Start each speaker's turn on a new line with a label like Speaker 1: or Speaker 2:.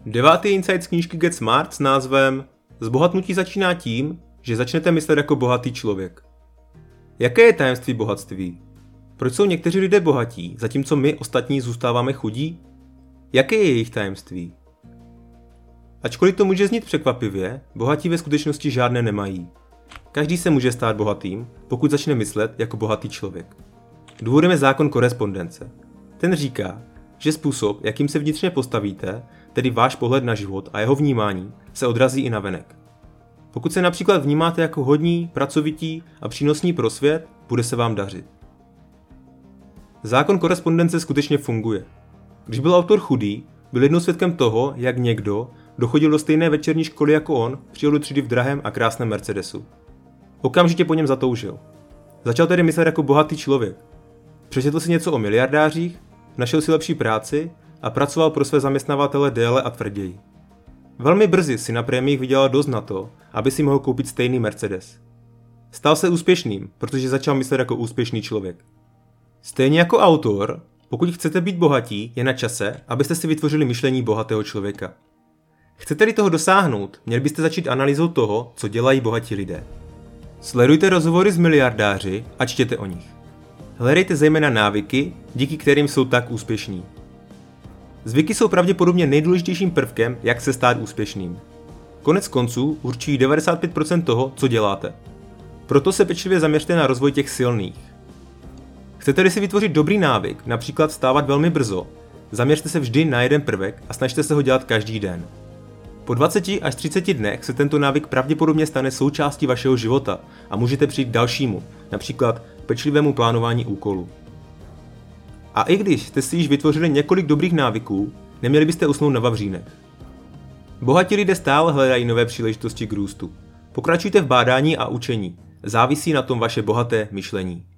Speaker 1: Devátý insight z knížky Get Smart s názvem Zbohatnutí začíná tím, že začnete myslet jako bohatý člověk. Jaké je tajemství bohatství? Proč jsou někteří lidé bohatí, zatímco my ostatní zůstáváme chudí? Jaké je jejich tajemství? Ačkoliv to může znít překvapivě, bohatí ve skutečnosti žádné nemají. Každý se může stát bohatým, pokud začne myslet jako bohatý člověk. Důvodem je zákon korespondence. Ten říká, že způsob, jakým se vnitřně postavíte, tedy váš pohled na život a jeho vnímání, se odrazí i navenek. Pokud se například vnímáte jako hodní, pracovití a přínosní pro svět, bude se vám dařit. Zákon korespondence skutečně funguje. Když byl autor chudý, byl jednou svědkem toho, jak někdo, kdo chodil do stejné večerní školy jako on, přijel do třídy v drahém a krásném Mercedesu. Okamžitě po něm zatoužil. Začal tedy myslet jako bohatý člověk. Přečetl si něco o miliardářích, našel si lepší práci a pracoval pro své zaměstnavatele déle a tvrději. Velmi brzy si na prémiích vydělal dost na to, aby si mohl koupit stejný Mercedes. Stal se úspěšným, protože začal myslet jako úspěšný člověk. Stejně jako autor, pokud chcete být bohatí, je na čase, abyste si vytvořili myšlení bohatého člověka. Chcete-li toho dosáhnout, měli byste začít analýzou toho, co dělají bohatí lidé. Sledujte rozhovory s miliardáři a čtěte o nich. Hledejte zejména návyky, díky kterým jsou tak úspěšní. Zvyky jsou pravděpodobně nejdůležitějším prvkem, jak se stát úspěšným. Konec konců určují 95% toho, co děláte. Proto se pečlivě zaměřte na rozvoj těch silných. Chcete-li si vytvořit dobrý návyk, například vstávat velmi brzo, zaměřte se vždy na jeden prvek a snažte se ho dělat každý den. Po 20 až 30 dnech se tento návyk pravděpodobně stane součástí vašeho života a můžete přijít k dalšímu, například pečlivému plánování úkolů. A i když jste si již vytvořili několik dobrých návyků, neměli byste usnout na vavřínech. Bohatí lidé stále hledají nové příležitosti k růstu. Pokračujte v bádání a učení. Závisí na tom vaše bohaté myšlení.